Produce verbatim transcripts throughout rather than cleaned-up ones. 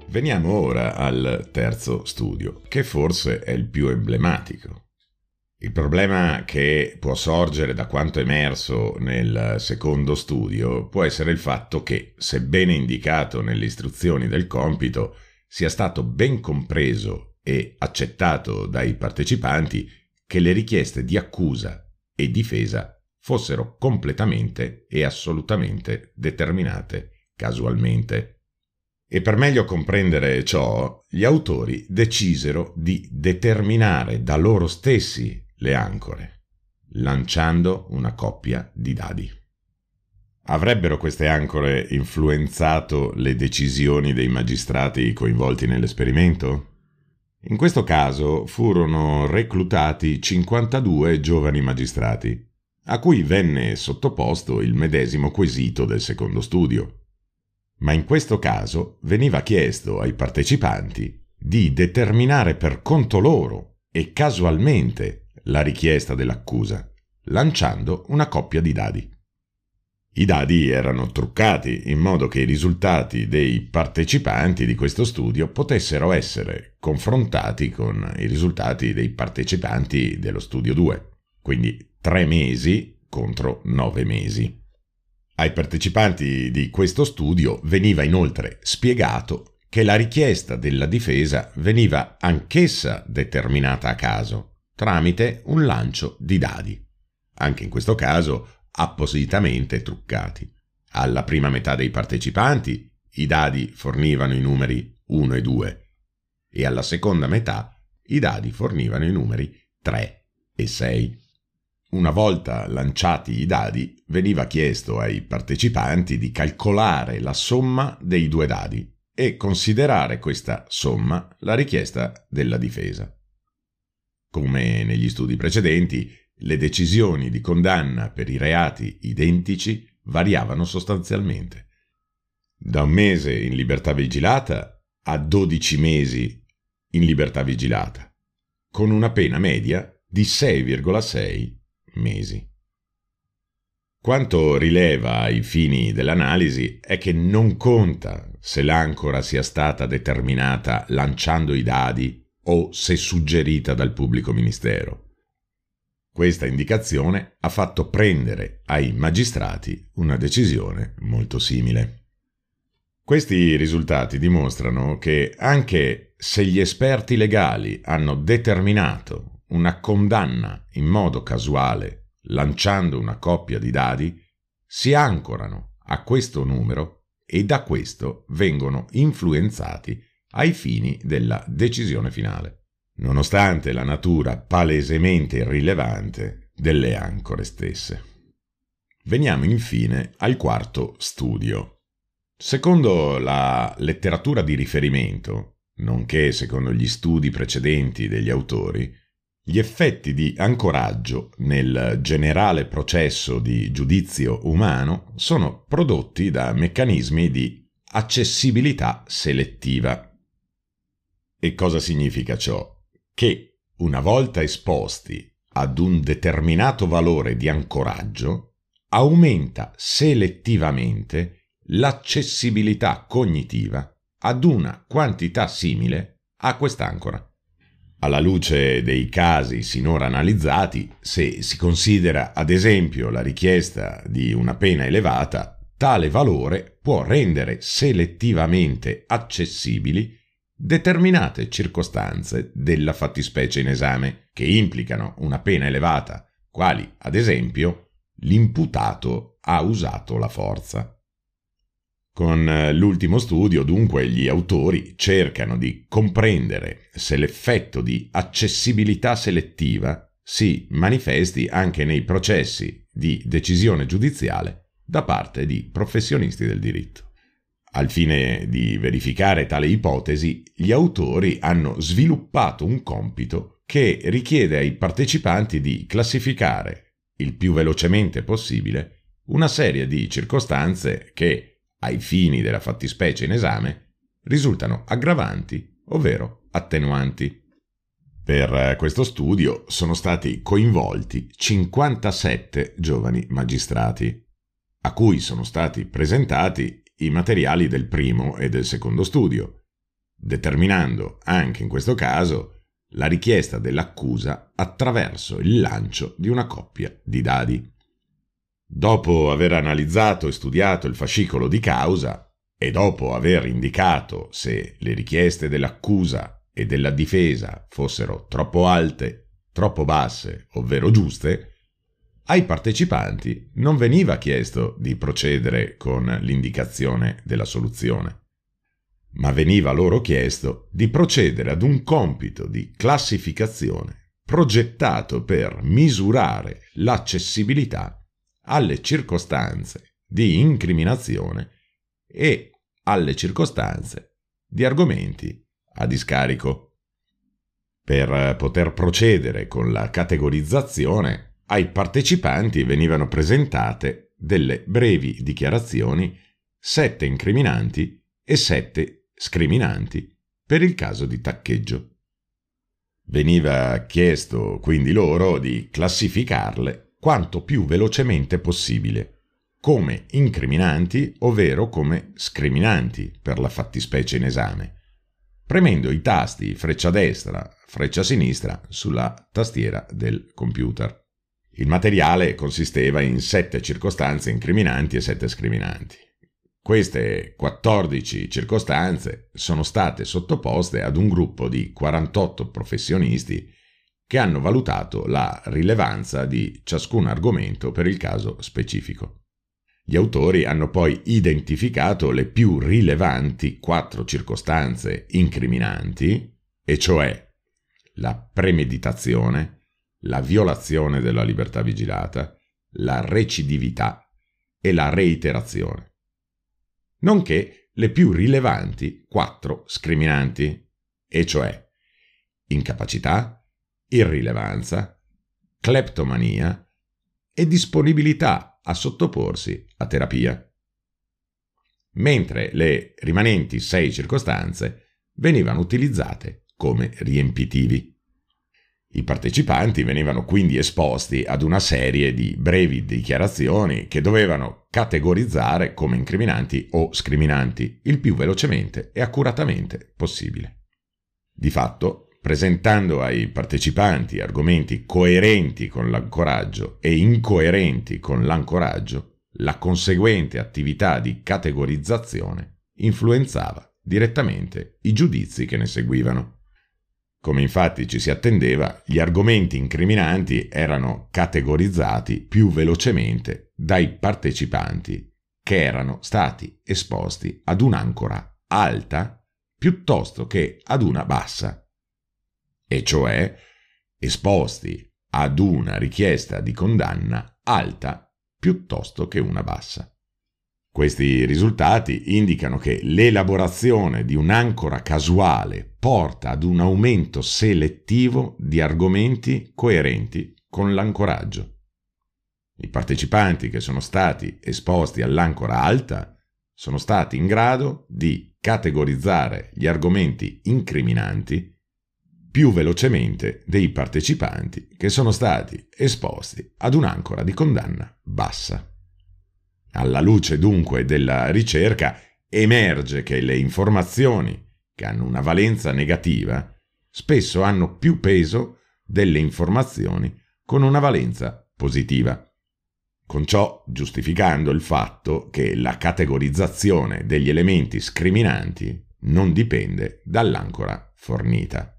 Veniamo ora al terzo studio, che forse è il più emblematico. Il problema che può sorgere da quanto emerso nel secondo studio può essere il fatto che, sebbene indicato nelle istruzioni del compito, sia stato ben compreso e accettato dai partecipanti che le richieste di accusa e difesa fossero completamente e assolutamente determinate casualmente. E per meglio comprendere ciò, gli autori decisero di determinare da loro stessi le ancore, lanciando una coppia di dadi. Avrebbero queste ancore influenzato le decisioni dei magistrati coinvolti nell'esperimento? In questo caso furono reclutati cinquantadue giovani magistrati, a cui venne sottoposto il medesimo quesito del secondo studio. Ma in questo caso veniva chiesto ai partecipanti di determinare per conto loro e casualmente la richiesta dell'accusa, lanciando una coppia di dadi. I dadi erano truccati in modo che i risultati dei partecipanti di questo studio potessero essere confrontati con i risultati dei partecipanti dello studio due, quindi tre mesi contro nove mesi. Ai partecipanti di questo studio veniva inoltre spiegato che la richiesta della difesa veniva anch'essa determinata a caso, tramite un lancio di dadi, anche in questo caso appositamente truccati. Alla prima metà dei partecipanti i dadi fornivano i numeri uno e due e alla seconda metà i dadi fornivano i numeri tre e sei. Una volta lanciati i dadi, veniva chiesto ai partecipanti di calcolare la somma dei due dadi e considerare questa somma la richiesta della difesa. Come negli studi precedenti, le decisioni di condanna per i reati identici variavano sostanzialmente. Da un mese in libertà vigilata a dodici mesi in libertà vigilata, con una pena media di sei virgola sei mesi. Quanto rileva ai fini dell'analisi è che non conta se l'ancora sia stata determinata lanciando i dadi o se suggerita dal pubblico ministero. Questa indicazione ha fatto prendere ai magistrati una decisione molto simile. Questi risultati dimostrano che anche se gli esperti legali hanno determinato una condanna in modo casuale, lanciando una coppia di dadi, si ancorano a questo numero e da questo vengono influenzati ai fini della decisione finale, nonostante la natura palesemente irrilevante delle ancore stesse. Veniamo infine al quarto studio. Secondo la letteratura di riferimento, nonché secondo gli studi precedenti degli autori, gli effetti di ancoraggio nel generale processo di giudizio umano sono prodotti da meccanismi di accessibilità selettiva. E cosa significa ciò? Che, una volta esposti ad un determinato valore di ancoraggio, aumenta selettivamente l'accessibilità cognitiva ad una quantità simile a quest'ancora. Alla luce dei casi sinora analizzati, se si considera ad esempio la richiesta di una pena elevata, tale valore può rendere selettivamente accessibili determinate circostanze della fattispecie in esame che implicano una pena elevata, quali ad esempio l'imputato ha usato la forza. Con l'ultimo studio, dunque, gli autori cercano di comprendere se l'effetto di accessibilità selettiva si manifesti anche nei processi di decisione giudiziale da parte di professionisti del diritto. Al fine di verificare tale ipotesi, gli autori hanno sviluppato un compito che richiede ai partecipanti di classificare, il più velocemente possibile, una serie di circostanze che, ai fini della fattispecie in esame, risultano aggravanti, ovvero attenuanti. Per questo studio sono stati coinvolti cinquantasette giovani magistrati, a cui sono stati presentati i materiali del primo e del secondo studio, determinando anche in questo caso la richiesta dell'accusa attraverso il lancio di una coppia di dadi. Dopo aver analizzato e studiato il fascicolo di causa e dopo aver indicato se le richieste dell'accusa e della difesa fossero troppo alte, troppo basse, ovvero giuste, ai partecipanti non veniva chiesto di procedere con l'indicazione della soluzione, ma veniva loro chiesto di procedere ad un compito di classificazione progettato per misurare l'accessibilità alle circostanze di incriminazione e alle circostanze di argomenti a discarico. Per poter procedere con la categorizzazione, ai partecipanti venivano presentate delle brevi dichiarazioni, sette incriminanti e sette scriminanti per il caso di taccheggio. Veniva chiesto quindi loro di classificarle quanto più velocemente possibile, come incriminanti ovvero come scriminanti per la fattispecie in esame, premendo i tasti freccia destra, freccia sinistra sulla tastiera del computer. Il materiale consisteva in sette circostanze incriminanti e sette scriminanti. Queste quattordici circostanze sono state sottoposte ad un gruppo di quarantotto professionisti che hanno valutato la rilevanza di ciascun argomento per il caso specifico. Gli autori hanno poi identificato le più rilevanti quattro circostanze incriminanti, e cioè la premeditazione, la violazione della libertà vigilata, la recidività e la reiterazione, nonché le più rilevanti quattro scriminanti, e cioè incapacità, irrilevanza, cleptomania e disponibilità a sottoporsi a terapia. Mentre le rimanenti sei circostanze venivano utilizzate come riempitivi. I partecipanti venivano quindi esposti ad una serie di brevi dichiarazioni che dovevano categorizzare come incriminanti o scriminanti il più velocemente e accuratamente possibile. Di fatto, presentando ai partecipanti argomenti coerenti con l'ancoraggio e incoerenti con l'ancoraggio, la conseguente attività di categorizzazione influenzava direttamente i giudizi che ne seguivano. Come infatti ci si attendeva, gli argomenti incriminanti erano categorizzati più velocemente dai partecipanti che erano stati esposti ad un'ancora alta piuttosto che ad una bassa, e cioè esposti ad una richiesta di condanna alta piuttosto che una bassa. Questi risultati indicano che l'elaborazione di un'ancora casuale porta ad un aumento selettivo di argomenti coerenti con l'ancoraggio. I partecipanti che sono stati esposti all'ancora alta sono stati in grado di categorizzare gli argomenti incriminanti più velocemente dei partecipanti che sono stati esposti ad un'ancora di condanna bassa. Alla luce dunque della ricerca emerge che le informazioni che hanno una valenza negativa spesso hanno più peso delle informazioni con una valenza positiva, con ciò giustificando il fatto che la categorizzazione degli elementi scriminanti non dipende dall'ancora fornita.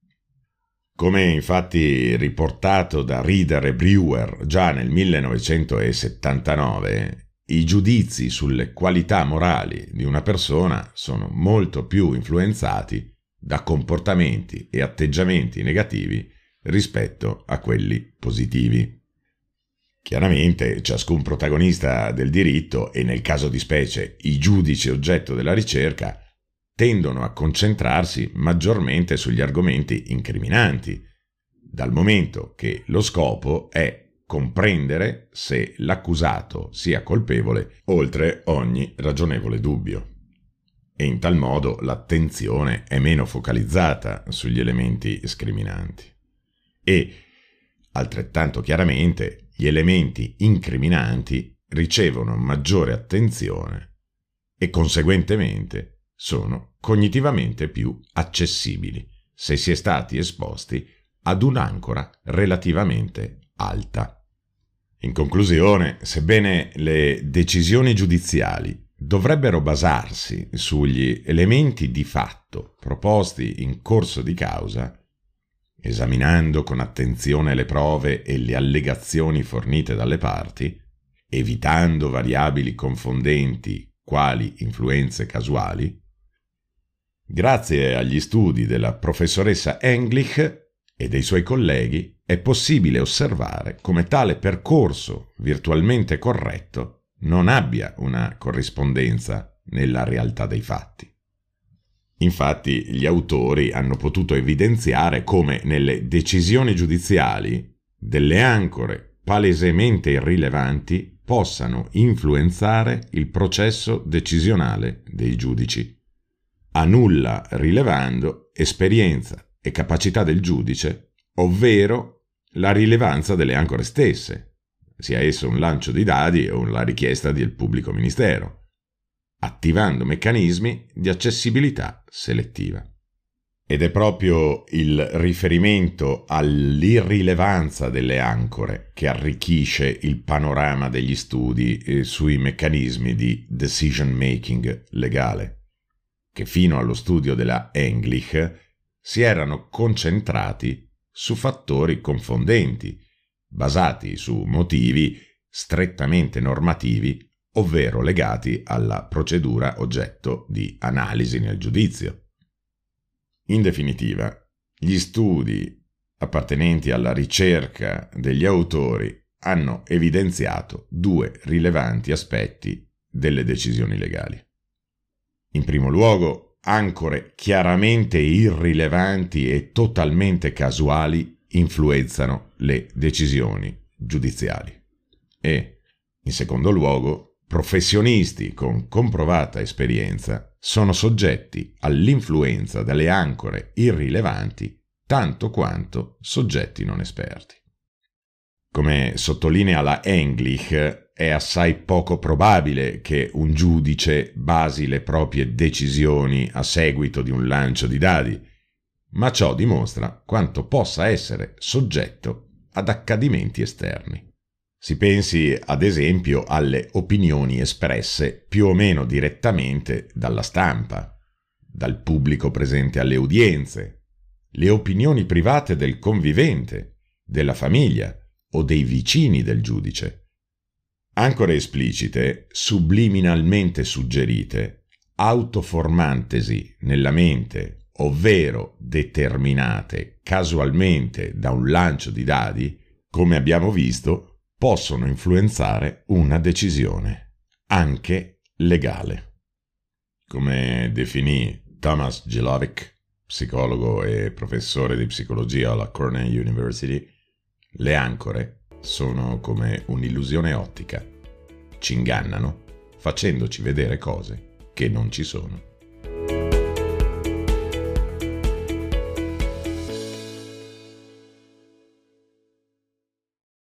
Come infatti riportato da Reader e Brewer già nel millenovecentosettantanove, i giudizi sulle qualità morali di una persona sono molto più influenzati da comportamenti e atteggiamenti negativi rispetto a quelli positivi. Chiaramente ciascun protagonista del diritto, e nel caso di specie i giudici oggetto della ricerca, tendono a concentrarsi maggiormente sugli argomenti incriminanti, dal momento che lo scopo è comprendere se l'accusato sia colpevole oltre ogni ragionevole dubbio. E in tal modo l'attenzione è meno focalizzata sugli elementi scriminanti. E, altrettanto chiaramente, gli elementi incriminanti ricevono maggiore attenzione e conseguentemente sono cognitivamente più accessibili se si è stati esposti ad un'ancora relativamente alta. In conclusione, sebbene le decisioni giudiziali dovrebbero basarsi sugli elementi di fatto proposti in corso di causa, esaminando con attenzione le prove e le allegazioni fornite dalle parti, evitando variabili confondenti quali influenze casuali, grazie agli studi della professoressa Englich e dei suoi colleghi è possibile osservare come tale percorso virtualmente corretto non abbia una corrispondenza nella realtà dei fatti. Infatti, gli autori hanno potuto evidenziare come nelle decisioni giudiziali delle ancore palesemente irrilevanti possano influenzare il processo decisionale dei giudici, a nulla rilevando esperienza e capacità del giudice, ovvero la rilevanza delle ancore stesse, sia esso un lancio di dadi o la richiesta del pubblico ministero, attivando meccanismi di accessibilità selettiva. Ed è proprio il riferimento all'irrilevanza delle ancore che arricchisce il panorama degli studi eh, sui meccanismi di decision making legale, che fino allo studio della Englich si erano concentrati su fattori confondenti, basati su motivi strettamente normativi, ovvero legati alla procedura oggetto di analisi nel giudizio. In definitiva, gli studi appartenenti alla ricerca degli autori hanno evidenziato due rilevanti aspetti delle decisioni legali. In primo luogo, ancore chiaramente irrilevanti e totalmente casuali influenzano le decisioni giudiziali. E, in secondo luogo, professionisti con comprovata esperienza sono soggetti all'influenza delle ancore irrilevanti tanto quanto soggetti non esperti. Come sottolinea la Englich, è assai poco probabile che un giudice basi le proprie decisioni a seguito di un lancio di dadi, ma ciò dimostra quanto possa essere soggetto ad accadimenti esterni. Si pensi ad esempio alle opinioni espresse più o meno direttamente dalla stampa, dal pubblico presente alle udienze, le opinioni private del convivente, della famiglia o dei vicini del giudice. Ancore esplicite, subliminalmente suggerite, autoformantesi nella mente, ovvero determinate casualmente da un lancio di dadi, come abbiamo visto, possono influenzare una decisione, anche legale. Come definì Thomas Jelovic, psicologo e professore di psicologia alla Cornell University, le ancore sono come un'illusione ottica. Ci ingannano facendoci vedere cose che non ci sono.